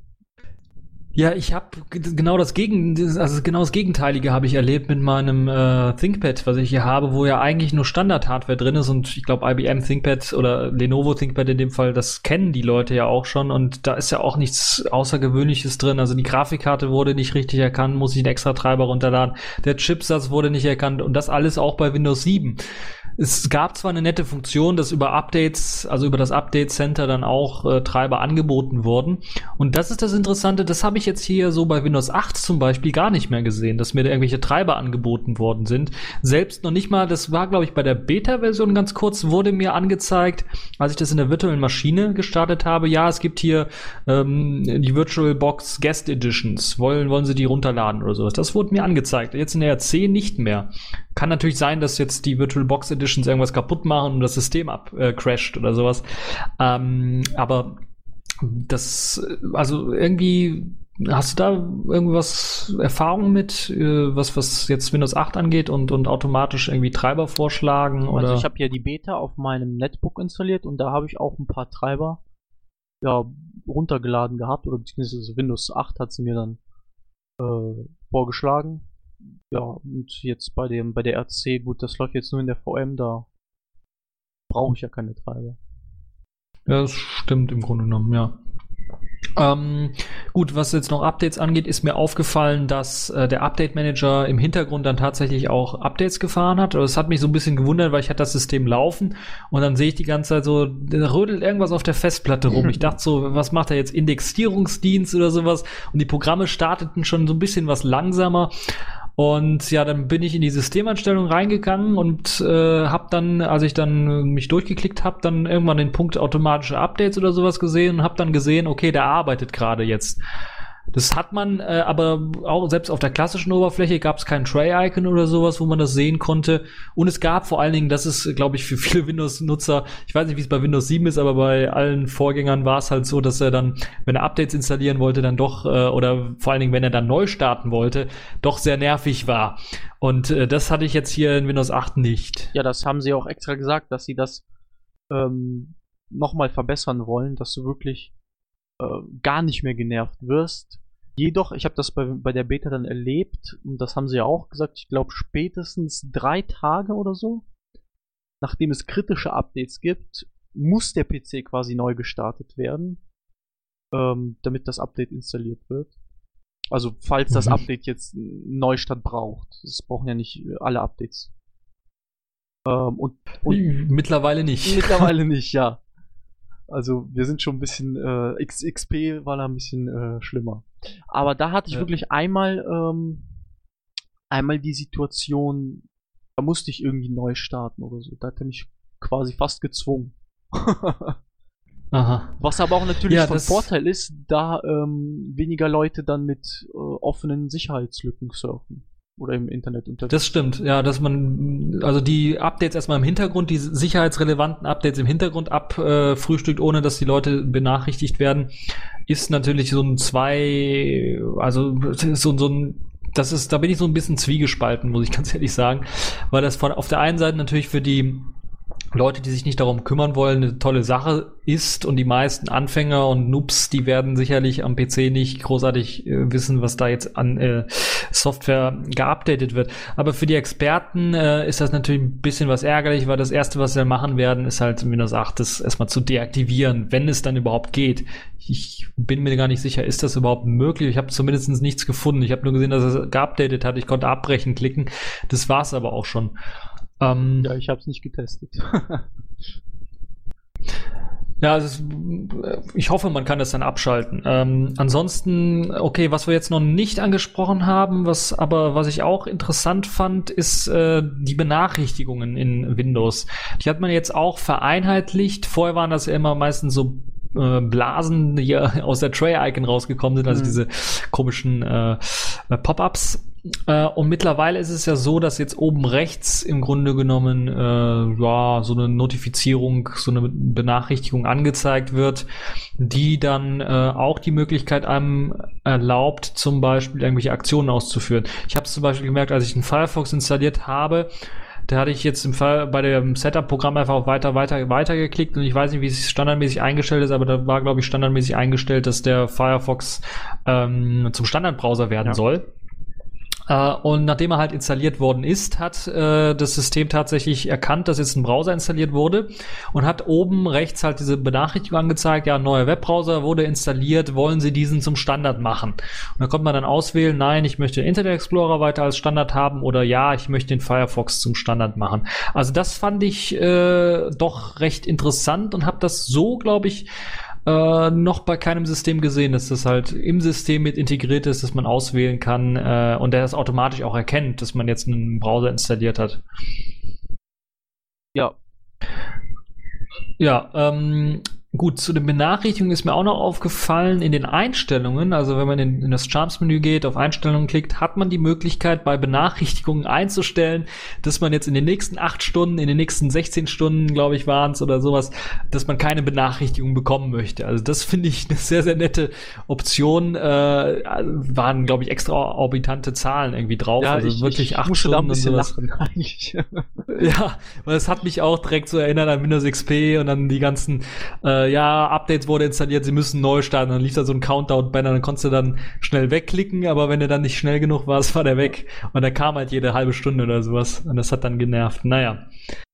Ja, ich habe genau das Gegen, also genau das Gegenteilige habe ich erlebt mit meinem äh, ThinkPad, was ich hier habe, wo ja eigentlich nur Standard-Hardware drin ist und ich glaube I B M ThinkPad oder Lenovo ThinkPad in dem Fall, das kennen die Leute ja auch schon und da ist ja auch nichts Außergewöhnliches drin. Also die Grafikkarte wurde nicht richtig erkannt, muss ich einen extra Treiber runterladen. Der Chipsatz wurde nicht erkannt und das alles auch bei Windows sieben. Es gab zwar eine nette Funktion, dass über Updates, also über das Update Center dann auch äh, Treiber angeboten wurden. Und das ist das Interessante, das habe ich jetzt hier so bei Windows acht zum Beispiel gar nicht mehr gesehen, dass mir da irgendwelche Treiber angeboten worden sind. Selbst noch nicht mal, das war glaube ich bei der Beta-Version ganz kurz, wurde mir angezeigt, als ich das in der virtuellen Maschine gestartet habe, ja, es gibt hier ähm, die VirtualBox Guest Editions. Wollen, wollen Sie die runterladen oder sowas? Das wurde mir angezeigt. Jetzt in der R C nicht mehr. Kann natürlich sein, dass jetzt die VirtualBox Editions irgendwas kaputt machen und das System abcrasht äh, oder sowas. Ähm, aber das, also irgendwie, hast du da irgendwas Erfahrung mit, äh, was, was jetzt Windows acht angeht und, und automatisch irgendwie Treiber vorschlagen? Oder? Also ich habe ja die Beta auf meinem Netbook installiert und da habe ich auch ein paar Treiber ja, runtergeladen gehabt oder beziehungsweise Windows acht hat sie mir dann äh, vorgeschlagen. Ja, und jetzt bei dem, bei der R C, gut, das läuft jetzt nur in der V M, da brauche ich ja keine Treiber. Ja, das stimmt im Grunde genommen, ja. Ähm, gut, was jetzt noch Updates angeht, ist mir aufgefallen, dass äh, der Update Manager im Hintergrund dann tatsächlich auch Updates gefahren hat. Das hat mich so ein bisschen gewundert, weil ich hatte das System laufen und dann sehe ich die ganze Zeit so, da rödelt irgendwas auf der Festplatte rum. Ich dachte so, was macht er jetzt? Indexierungsdienst oder sowas? Und die Programme starteten schon so ein bisschen was langsamer. Und ja, dann bin ich in die Systemeinstellung reingegangen und äh, habe dann, als ich dann mich durchgeklickt habe, dann irgendwann den Punkt automatische Updates oder sowas gesehen und habe dann gesehen, okay, der arbeitet gerade jetzt. Das hat man, äh, aber auch selbst auf der klassischen Oberfläche gab es kein Tray-Icon oder sowas, wo man das sehen konnte. Und es gab vor allen Dingen, das ist, glaube ich, für viele Windows-Nutzer, ich weiß nicht, wie es bei Windows sieben ist, aber bei allen Vorgängern war es halt so, dass er dann, wenn er Updates installieren wollte, dann doch, äh, oder vor allen Dingen, wenn er dann neu starten wollte, doch sehr nervig war. Und äh, das hatte ich jetzt hier in Windows acht nicht. Ja, das haben sie auch extra gesagt, dass sie das ähm, nochmal verbessern wollen, dass du wirklich äh, gar nicht mehr genervt wirst. Jedoch, ich habe das bei, bei der Beta dann erlebt, und das haben sie ja auch gesagt, ich glaube spätestens drei Tage oder so, nachdem es kritische Updates gibt, muss der P C quasi neu gestartet werden, ähm, damit das Update installiert wird. Also falls das Mhm. Update jetzt einen Neustart braucht. Das brauchen ja nicht alle Updates. Ähm, und, und Mittlerweile nicht. mittlerweile nicht, ja. Also wir sind schon ein bisschen, äh, X X P war da ein bisschen äh, schlimmer. Aber da hatte ich Ja. wirklich einmal, ähm, einmal die Situation, da musste ich irgendwie neu starten oder so. Da hat er mich quasi fast gezwungen. Aha. Was aber auch natürlich Ja, von das- Vorteil ist, da ähm, weniger Leute dann mit äh, offenen Sicherheitslücken surfen. Oder im Internet unterwegs. Das stimmt, ja, dass man also die Updates erstmal im Hintergrund, die sicherheitsrelevanten Updates im Hintergrund abfrühstückt, ohne dass die Leute benachrichtigt werden, ist natürlich so ein zwei, also so, so ein, das ist, da bin ich so ein bisschen zwiegespalten, muss ich ganz ehrlich sagen, weil das von auf der einen Seite natürlich für die Leute, die sich nicht darum kümmern wollen, eine tolle Sache ist, und die meisten Anfänger und Noobs, die werden sicherlich am P C nicht großartig äh, wissen, was da jetzt an äh, Software geupdatet wird. Aber für die Experten äh, ist das natürlich ein bisschen was ärgerlich, weil das Erste, was sie dann machen werden, ist halt in Windows acht das erstmal zu deaktivieren, wenn es dann überhaupt geht. Ich bin mir gar nicht sicher, ist das überhaupt möglich? Ich habe zumindest nichts gefunden. Ich habe nur gesehen, dass es geupdatet hat. Ich konnte abbrechen klicken. Das war's aber auch schon. Ähm, Ja, ich habe es nicht getestet. Ja, es ist, ich hoffe, man kann das dann abschalten. Ähm, ansonsten, okay, was wir jetzt noch nicht angesprochen haben, was aber was ich auch interessant fand, ist äh, die Benachrichtigungen in Windows. Die hat man jetzt auch vereinheitlicht. Vorher waren das ja immer meistens so äh, Blasen, die ja aus der Tray-Icon rausgekommen sind, also Mhm. diese komischen äh, Pop-ups. Äh, und mittlerweile ist es ja so, dass jetzt oben rechts im Grunde genommen äh, ja so eine Notifizierung, so eine Benachrichtigung angezeigt wird, die dann äh, auch die Möglichkeit einem erlaubt, zum Beispiel irgendwelche Aktionen auszuführen. Ich habe es zum Beispiel gemerkt, als ich einen Firefox installiert habe, da hatte ich jetzt im Fall bei dem Setup-Programm einfach auf weiter, weiter, weiter geklickt, und ich weiß nicht, wie es standardmäßig eingestellt ist, aber da war, glaube ich, standardmäßig eingestellt, dass der Firefox ähm, zum Standardbrowser werden Ja. soll. Uh, und nachdem er halt installiert worden ist, hat uh, das System tatsächlich erkannt, dass jetzt ein Browser installiert wurde, und hat oben rechts halt diese Benachrichtigung angezeigt, ja, ein neuer Webbrowser wurde installiert, wollen Sie diesen zum Standard machen? Und da konnte man dann auswählen, nein, ich möchte den Internet Explorer weiter als Standard haben, oder ja, ich möchte den Firefox zum Standard machen. Also das fand ich äh, doch recht interessant und habe das so, glaube ich, Äh, noch bei keinem System gesehen, dass das halt im System mit integriert ist, dass man auswählen kann äh, und der das automatisch auch erkennt, dass man jetzt einen Browser installiert hat. Ja. Ja, ähm, gut, zu den Benachrichtigungen ist mir auch noch aufgefallen, in den Einstellungen, also wenn man in, in das Charms-Menü geht, auf Einstellungen klickt, hat man die Möglichkeit, bei Benachrichtigungen einzustellen, dass man jetzt in den nächsten acht Stunden, in den nächsten sechzehn Stunden, glaube ich, waren es oder sowas, dass man keine Benachrichtigung bekommen möchte. Also das finde ich eine sehr, sehr nette Option. Äh, waren, glaube ich, extraorbitante Zahlen irgendwie drauf. Ja, also ich, wirklich ich acht musste Stunden da ein bisschen und sowas. lachen eigentlich. Ja, weil es hat mich auch direkt so erinnert an Windows X P und dann die ganzen, äh, ja, Updates wurde installiert, sie müssen neu starten. Dann lief da so ein Countdown-Banner, dann konntest du dann schnell wegklicken, aber wenn du dann nicht schnell genug warst, war der weg. Und der kam halt jede halbe Stunde oder sowas. Und das hat dann genervt. Naja.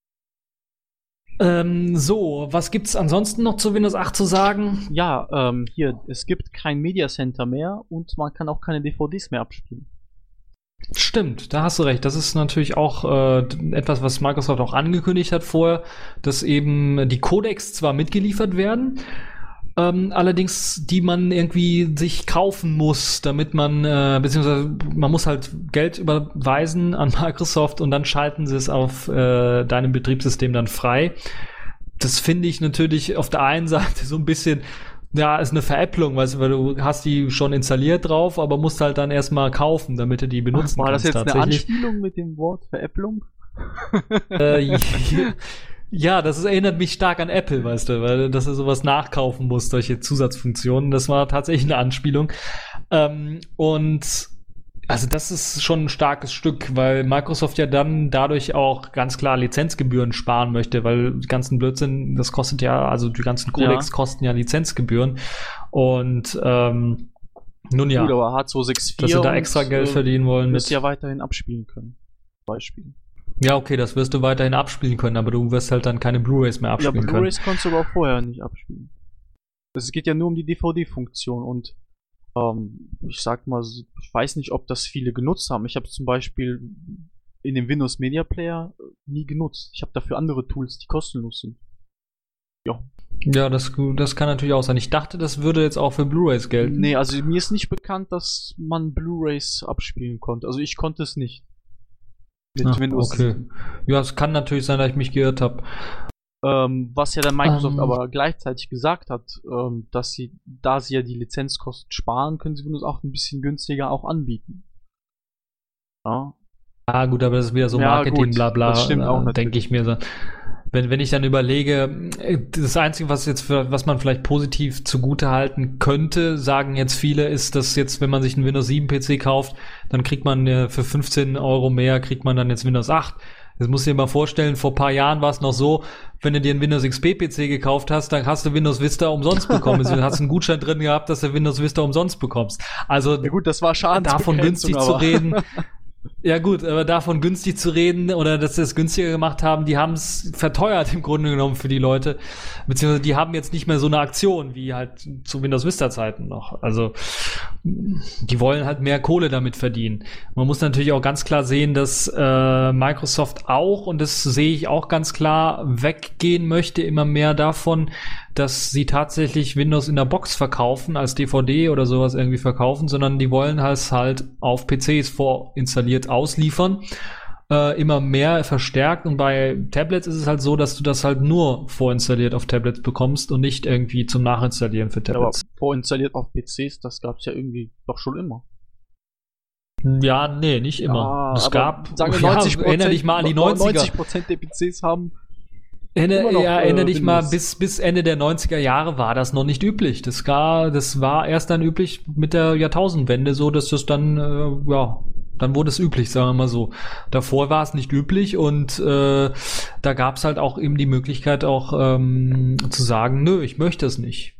Ähm, so, was gibt's ansonsten noch zu Windows acht zu sagen? Ja, ähm, hier, es gibt kein Media Center mehr und man kann auch keine D V Ds mehr abspielen. Stimmt, da hast du recht. Das ist natürlich auch äh, etwas, was Microsoft auch angekündigt hat vorher, dass eben die Codecs zwar mitgeliefert werden, ähm, allerdings die man irgendwie sich kaufen muss, damit man, äh, beziehungsweise man muss halt Geld überweisen an Microsoft und dann schalten sie es auf äh, deinem Betriebssystem dann frei. Das finde ich natürlich auf der einen Seite so ein bisschen Ja, ist eine Veräpplung, weißt du, weil du hast die schon installiert drauf, aber musst halt dann erstmal kaufen, damit du die benutzen War das kannst jetzt eine Anspielung mit dem Wort Veräpplung? Äh, ja, das ist, erinnert mich stark an Apple, weißt du, weil dass du sowas nachkaufen musst, solche Zusatzfunktionen. Das war tatsächlich eine Anspielung. Ähm, und also das ist schon ein starkes Stück, weil Microsoft ja dann dadurch auch ganz klar Lizenzgebühren sparen möchte, weil die ganzen Blödsinn, das kostet ja, also die ganzen Codecs ja. kosten ja Lizenzgebühren. Und ähm, nun ja, gut, aber H zwei sechs vier dass sie da extra Geld äh, verdienen wollen. Mit ja weiterhin abspielen können. Beispiel. Ja, okay, das wirst du weiterhin abspielen können, aber du wirst halt dann keine Blu-rays mehr abspielen können. Ja, Blu-rays konntest du aber auch vorher nicht abspielen. Es geht ja nur um die D V D-Funktion und ähm, ich sag mal, ich weiß nicht, ob das viele genutzt haben. Ich habe es zum Beispiel in dem Windows Media Player nie genutzt. Ich habe dafür andere Tools, die kostenlos sind. Ja. Ja, das, das kann natürlich auch sein. Ich dachte, das würde jetzt auch für Blu-rays gelten. Nee, also mir ist nicht bekannt, dass man Blu-rays abspielen konnte. Also ich konnte es nicht. Mit Ach, Windows. Okay. Ja, es kann natürlich sein, dass ich mich geirrt habe. Ähm, was ja dann Microsoft um, aber gleichzeitig gesagt hat, ähm, dass sie, da sie ja die Lizenzkosten sparen, können sie Windows auch ein bisschen günstiger auch anbieten. Ja. Ah, gut, aber das ist wieder so Marketing, ja, bla bla. Das stimmt auch, denke ich mir so. Wenn, wenn ich dann überlege, das Einzige, was jetzt für, was man vielleicht positiv zugute halten könnte, sagen jetzt viele, ist, dass jetzt, wenn man sich einen Windows sieben P C kauft, dann kriegt man äh, für fünfzehn Euro mehr, kriegt man dann jetzt Windows acht. Das musst du dir mal vorstellen, vor ein paar Jahren war es noch so, wenn du dir einen Windows X P P C gekauft hast, dann hast du Windows Vista umsonst bekommen. Du hast einen Gutschein drin gehabt, dass du Windows Vista umsonst bekommst. Also ja gut, das war davon günstig aber. zu reden. Ja gut, aber davon günstig zu reden oder dass sie es günstiger gemacht haben, die haben es verteuert im Grunde genommen für die Leute, beziehungsweise die haben jetzt nicht mehr so eine Aktion wie halt zu Windows Vista Zeiten noch. Also die wollen halt mehr Kohle damit verdienen. Man muss natürlich auch ganz klar sehen, dass äh, Microsoft auch, und das sehe ich auch ganz klar, weggehen möchte immer mehr davon, dass sie tatsächlich Windows in der Box verkaufen, als D V D oder sowas irgendwie verkaufen, sondern die wollen es halt auf P Cs vorinstalliert ausliefern, äh, immer mehr verstärkt, und bei Tablets ist es halt so, dass du das halt nur vorinstalliert auf Tablets bekommst und nicht irgendwie zum Nachinstallieren für Tablets. Aber vorinstalliert auf P Cs, das gab's ja irgendwie doch schon immer. Ja, nee, nicht immer. Ja, es gab, sagen wir neunzig Prozent, ja, erinnere dich mal an die neunziger. neunzig Prozent der P Cs haben Erinner, noch, ja, erinnere äh, dich mal, bis, bis Ende der neunziger Jahre war das noch nicht üblich. Das war, das war erst dann üblich mit der Jahrtausendwende so, dass das dann, äh, ja, dann wurde es üblich, sagen wir mal so. Davor war es nicht üblich, und äh, da gab es halt auch eben die Möglichkeit auch ähm, zu sagen, nö, ich möchte es nicht.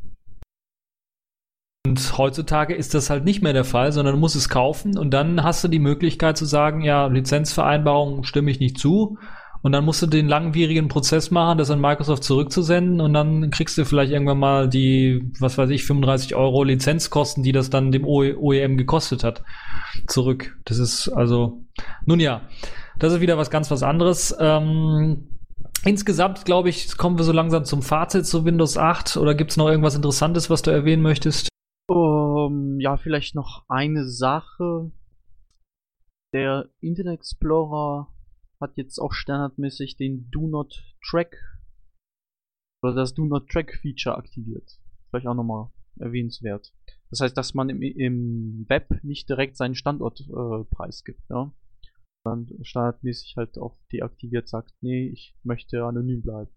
Und heutzutage ist das halt nicht mehr der Fall, sondern du musst es kaufen, und dann hast du die Möglichkeit zu sagen, ja, Lizenzvereinbarung stimme ich nicht zu. Und dann musst du den langwierigen Prozess machen, das an Microsoft zurückzusenden, und dann kriegst du vielleicht irgendwann mal die, was weiß ich, fünfunddreißig Euro Lizenzkosten, die das dann dem O E M gekostet hat, zurück. Das ist also, nun ja, das ist wieder was ganz was anderes. Ähm, insgesamt, glaube ich, kommen wir so langsam zum Fazit zu Windows acht, oder gibt's noch irgendwas Interessantes, was du erwähnen möchtest? Um, ja, vielleicht noch eine Sache. Der Internet Explorer hat jetzt auch standardmäßig den Do Not Track oder das Do Not Track Feature aktiviert. Vielleicht auch nochmal erwähnenswert. Das heißt, dass man im, im Web nicht direkt seinen Standort äh, preisgibt, ja. Dann standardmäßig halt auch deaktiviert sagt, nee, ich möchte anonym bleiben.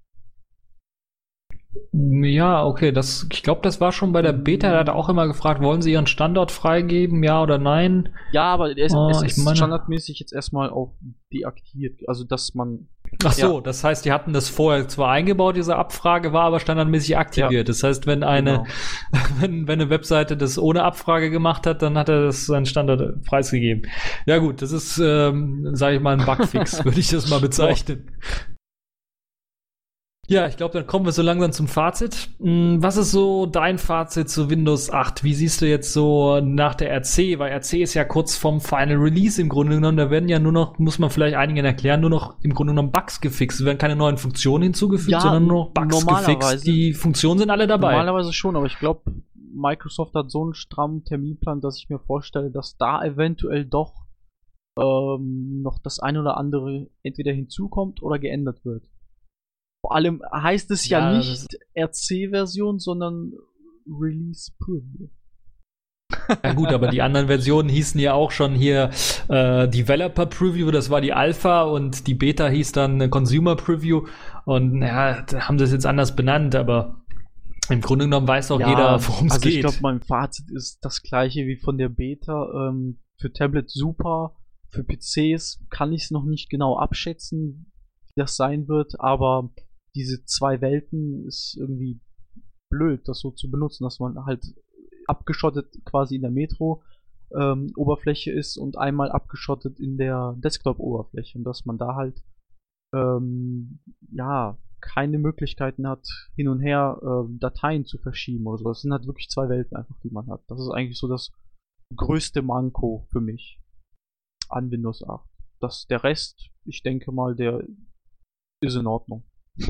Ja, okay, das, ich glaube, das war schon bei der Beta, da hat er auch immer gefragt, wollen Sie Ihren Standort freigeben, ja oder nein? Ja, aber es, oh, es ist meine... standardmäßig jetzt erstmal auch deaktiviert, also dass man... Ach so, ja. Das heißt, die hatten das vorher zwar eingebaut, diese Abfrage, war aber standardmäßig aktiviert. Ja. Das heißt, wenn eine, genau. wenn, wenn eine Webseite das ohne Abfrage gemacht hat, dann hat er das seinen Standort preisgegeben. Ja gut, das ist, ähm, sage ich mal, ein Bugfix, würde ich das mal bezeichnen. Ja, ich glaube, dann kommen wir so langsam zum Fazit. Was ist so dein Fazit zu Windows acht? Wie siehst du jetzt so nach der R C? Weil R C ist ja kurz vom Final Release im Grunde genommen. Da werden ja nur noch, muss man vielleicht einigen erklären, nur noch im Grunde genommen Bugs gefixt. Es werden keine neuen Funktionen hinzugefügt, ja, sondern nur noch Bugs gefixt. Die Funktionen sind alle dabei. Normalerweise schon, aber ich glaube, Microsoft hat so einen strammen Terminplan, dass ich mir vorstelle, dass da eventuell doch ähm, noch das ein oder andere entweder hinzukommt oder geändert wird. Vor allem heißt es ja, ja nicht R C-Version, sondern Release Preview. Ja gut, aber die anderen Versionen hießen ja auch schon hier äh, Developer Preview, das war die Alpha, und die Beta hieß dann Consumer Preview, und ja, da haben sie es jetzt anders benannt, aber im Grunde genommen weiß auch ja, jeder, worum es also geht. Ich glaube, mein Fazit ist das gleiche wie von der Beta. Ähm, für Tablet super, für P Cs kann ich es noch nicht genau abschätzen, wie das sein wird, aber diese zwei Welten ist irgendwie blöd, das so zu benutzen, dass man halt abgeschottet quasi in der Metro-Oberfläche ähm, ist und einmal abgeschottet in der Desktop-Oberfläche, und dass man da halt ähm, ja keine Möglichkeiten hat, hin und her äh, Dateien zu verschieben oder so. Das sind halt wirklich zwei Welten einfach, die man hat. Das ist eigentlich so das größte Manko für mich an Windows acht. Das, der Rest, ich denke mal, der ist in Ordnung.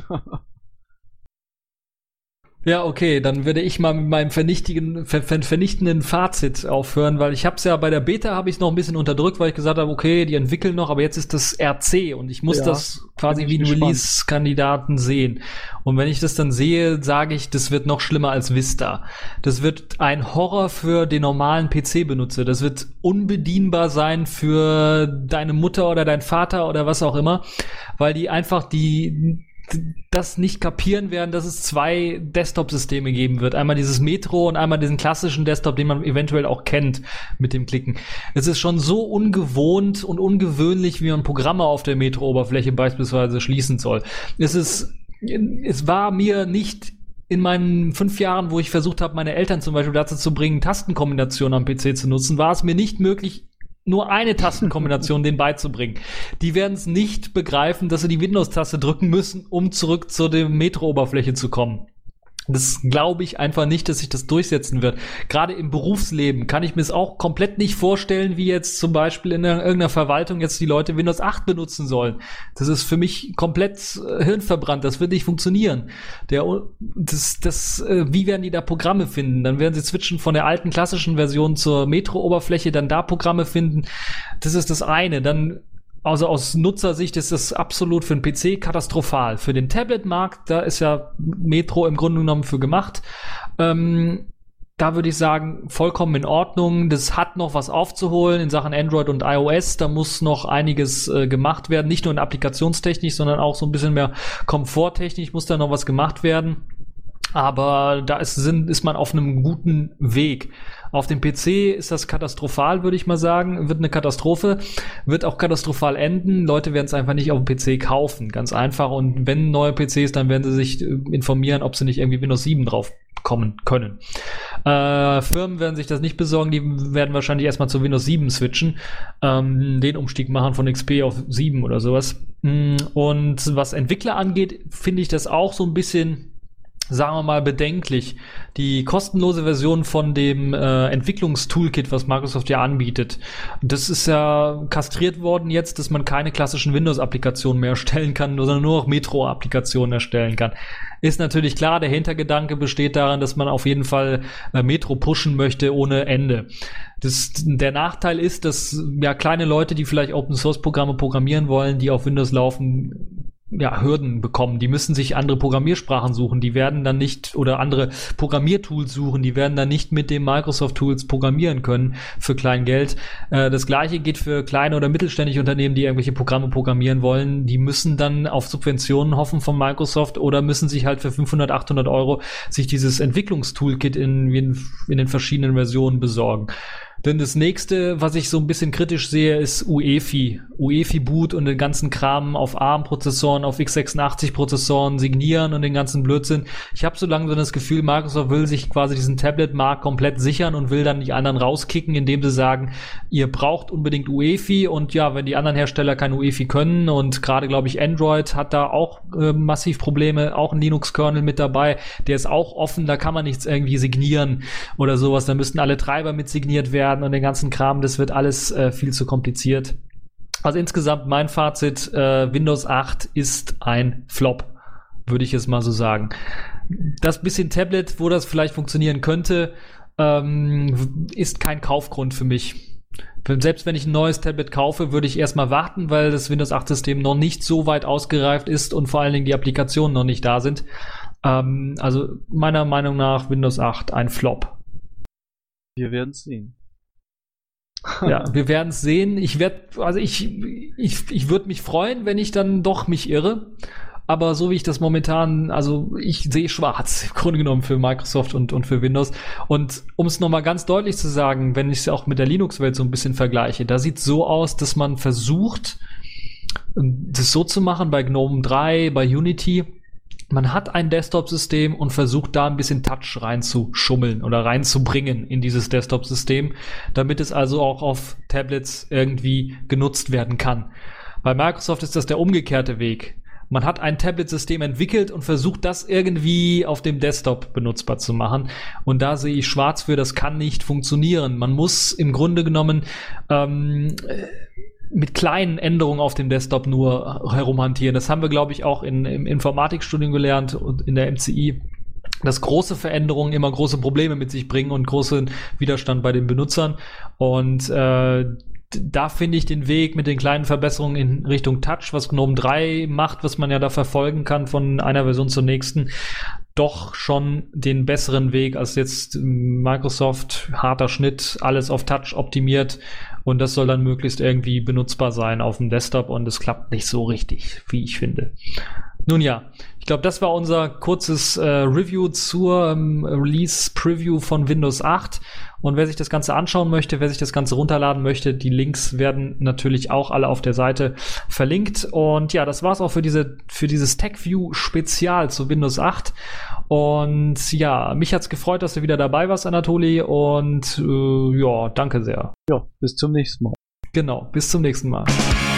Ja, okay, dann würde ich mal mit meinem vernichtigen, ver, ver, vernichtenden Fazit aufhören, weil ich habe es ja bei der Beta habe ich es noch ein bisschen unterdrückt, weil ich gesagt habe, okay, die entwickeln noch, aber jetzt ist das R C und ich muss ja, das quasi wie einen Release-Kandidaten sehen. Und wenn ich das dann sehe, sage ich, das wird noch schlimmer als Vista. Das wird ein Horror für den normalen P C-Benutzer. Das wird unbedienbar sein für deine Mutter oder dein Vater oder was auch immer, weil die einfach die das nicht kapieren werden, dass es zwei Desktop-Systeme geben wird. Einmal dieses Metro und einmal diesen klassischen Desktop, den man eventuell auch kennt mit dem Klicken. Es ist schon so ungewohnt und ungewöhnlich, wie man Programme auf der Metro-Oberfläche beispielsweise schließen soll. Es ist, es war mir nicht in meinen fünf Jahren, wo ich versucht habe, meine Eltern zum Beispiel dazu zu bringen, Tastenkombinationen am P C zu nutzen, war es mir nicht möglich, nur eine Tastenkombination denen beizubringen. Die werden es nicht begreifen, dass sie die Windows-Taste drücken müssen, um zurück zur Metro-Oberfläche zu kommen. Das glaube ich einfach nicht, dass sich das durchsetzen wird. Gerade im Berufsleben kann ich mir es auch komplett nicht vorstellen, wie jetzt zum Beispiel in irgendeiner Verwaltung jetzt die Leute Windows acht benutzen sollen. Das ist für mich komplett äh, hirnverbrannt. Das wird nicht funktionieren. Der, das, das, äh, wie werden die da Programme finden? Dann werden sie switchen von der alten klassischen Version zur Metro-Oberfläche, dann da Programme finden. Das ist das eine. Dann Also aus Nutzersicht ist das absolut für den P C katastrophal. Für den Tablet-Markt, da ist ja Metro im Grunde genommen für gemacht. Ähm, da würde ich sagen, vollkommen in Ordnung. Das hat noch was aufzuholen in Sachen Android und iOS. Da muss noch einiges äh, gemacht werden. Nicht nur in Applikationstechnik, sondern auch so ein bisschen mehr Komforttechnik muss da noch was gemacht werden. Aber da ist, sind, ist man auf einem guten Weg. Auf dem P C ist das katastrophal, würde ich mal sagen. Wird eine Katastrophe. Wird auch katastrophal enden. Leute werden es einfach nicht auf dem P C kaufen. Ganz einfach. Und wenn neue P Cs, dann werden sie sich informieren, ob sie nicht irgendwie Windows sieben drauf kommen können. Äh, Firmen werden sich das nicht besorgen. Die werden wahrscheinlich erstmal zu Windows sieben switchen. Ähm, den Umstieg machen von X P auf sieben oder sowas. Und was Entwickler angeht, finde ich das auch so ein bisschen, sagen wir mal, bedenklich. Die kostenlose Version von dem äh, Entwicklungstoolkit, was Microsoft ja anbietet, das ist ja kastriert worden jetzt, dass man keine klassischen Windows-Applikationen mehr erstellen kann, sondern nur noch Metro-Applikationen erstellen kann. Ist natürlich klar, der Hintergedanke besteht darin, dass man auf jeden Fall äh, Metro pushen möchte ohne Ende. Das, der Nachteil ist, dass ja kleine Leute, die vielleicht Open-Source-Programme programmieren wollen, die auf Windows laufen, ja, Hürden bekommen. Die müssen sich andere Programmiersprachen suchen. Die werden dann nicht, oder andere Programmiertools suchen. Die werden dann nicht mit den Microsoft-Tools programmieren können für Kleingeld. Äh, das Gleiche geht für kleine oder mittelständische Unternehmen, die irgendwelche Programme programmieren wollen. Die müssen dann auf Subventionen hoffen von Microsoft oder müssen sich halt für fünfhundert, achthundert Euro sich dieses Entwicklungstoolkit in, in, in den verschiedenen Versionen besorgen. Denn das nächste, was ich so ein bisschen kritisch sehe, ist U E F I. U E F I-Boot und den ganzen Kram auf ARM-Prozessoren, auf x sechsundachtzig-Prozessoren signieren und den ganzen Blödsinn. Ich habe so langsam das Gefühl, Microsoft will sich quasi diesen Tablet-Markt komplett sichern und will dann die anderen rauskicken, indem sie sagen, ihr braucht unbedingt U E F I, und ja, wenn die anderen Hersteller kein U E F I können, und gerade, glaube ich, Android hat da auch äh, massiv Probleme, auch ein Linux-Kernel mit dabei, der ist auch offen, da kann man nichts irgendwie signieren oder sowas, da müssten alle Treiber mit signiert werden und den ganzen Kram, das wird alles äh, viel zu kompliziert. Also insgesamt mein Fazit, äh, Windows acht ist ein Flop, würde ich jetzt mal so sagen. Das bisschen Tablet, wo das vielleicht funktionieren könnte, ähm, ist kein Kaufgrund für mich. Selbst wenn ich ein neues Tablet kaufe, würde ich erstmal warten, weil das Windows acht System noch nicht so weit ausgereift ist und vor allen Dingen die Applikationen noch nicht da sind. Ähm, also meiner Meinung nach Windows acht ein Flop. Wir werden es sehen. Ja, wir werden es sehen. Ich werde, also ich, ich, ich würde mich freuen, wenn ich dann doch mich irre. Aber so wie ich das momentan, also ich sehe schwarz im Grunde genommen für Microsoft und, und für Windows. Und um es nochmal ganz deutlich zu sagen, wenn ich es auch mit der Linux-Welt so ein bisschen vergleiche, da sieht es so aus, dass man versucht, das so zu machen bei GNOME drei, bei Unity. Man hat ein Desktop-System und versucht da ein bisschen Touch reinzuschummeln oder reinzubringen in dieses Desktop-System, damit es also auch auf Tablets irgendwie genutzt werden kann. Bei Microsoft ist das der umgekehrte Weg. Man hat ein Tablet-System entwickelt und versucht, das irgendwie auf dem Desktop benutzbar zu machen. Und da sehe ich schwarz für, das kann nicht funktionieren. Man muss im Grunde genommen ähm, mit kleinen Änderungen auf dem Desktop nur herumhantieren. Das haben wir, glaube ich, auch in, im Informatikstudium gelernt und in der M C I, dass große Veränderungen immer große Probleme mit sich bringen und großen Widerstand bei den Benutzern. Und äh, da finde ich den Weg mit den kleinen Verbesserungen in Richtung Touch, was GNOME drei macht, was man ja da verfolgen kann von einer Version zur nächsten, doch schon den besseren Weg als jetzt Microsoft, harter Schnitt, alles auf Touch optimiert und das soll dann möglichst irgendwie benutzbar sein auf dem Desktop und es klappt nicht so richtig, wie ich finde. Nun ja, ich glaube, das war unser kurzes äh, Review zur ähm, Release-Preview von Windows acht. Und wer sich das Ganze anschauen möchte, wer sich das Ganze runterladen möchte, die Links werden natürlich auch alle auf der Seite verlinkt. Und ja, das war's auch für diese für dieses TechView-Spezial zu Windows acht. Und ja, mich hat's gefreut, dass du wieder dabei warst, Anatoli. Und äh, ja, danke sehr. Ja, bis zum nächsten Mal. Genau, bis zum nächsten Mal.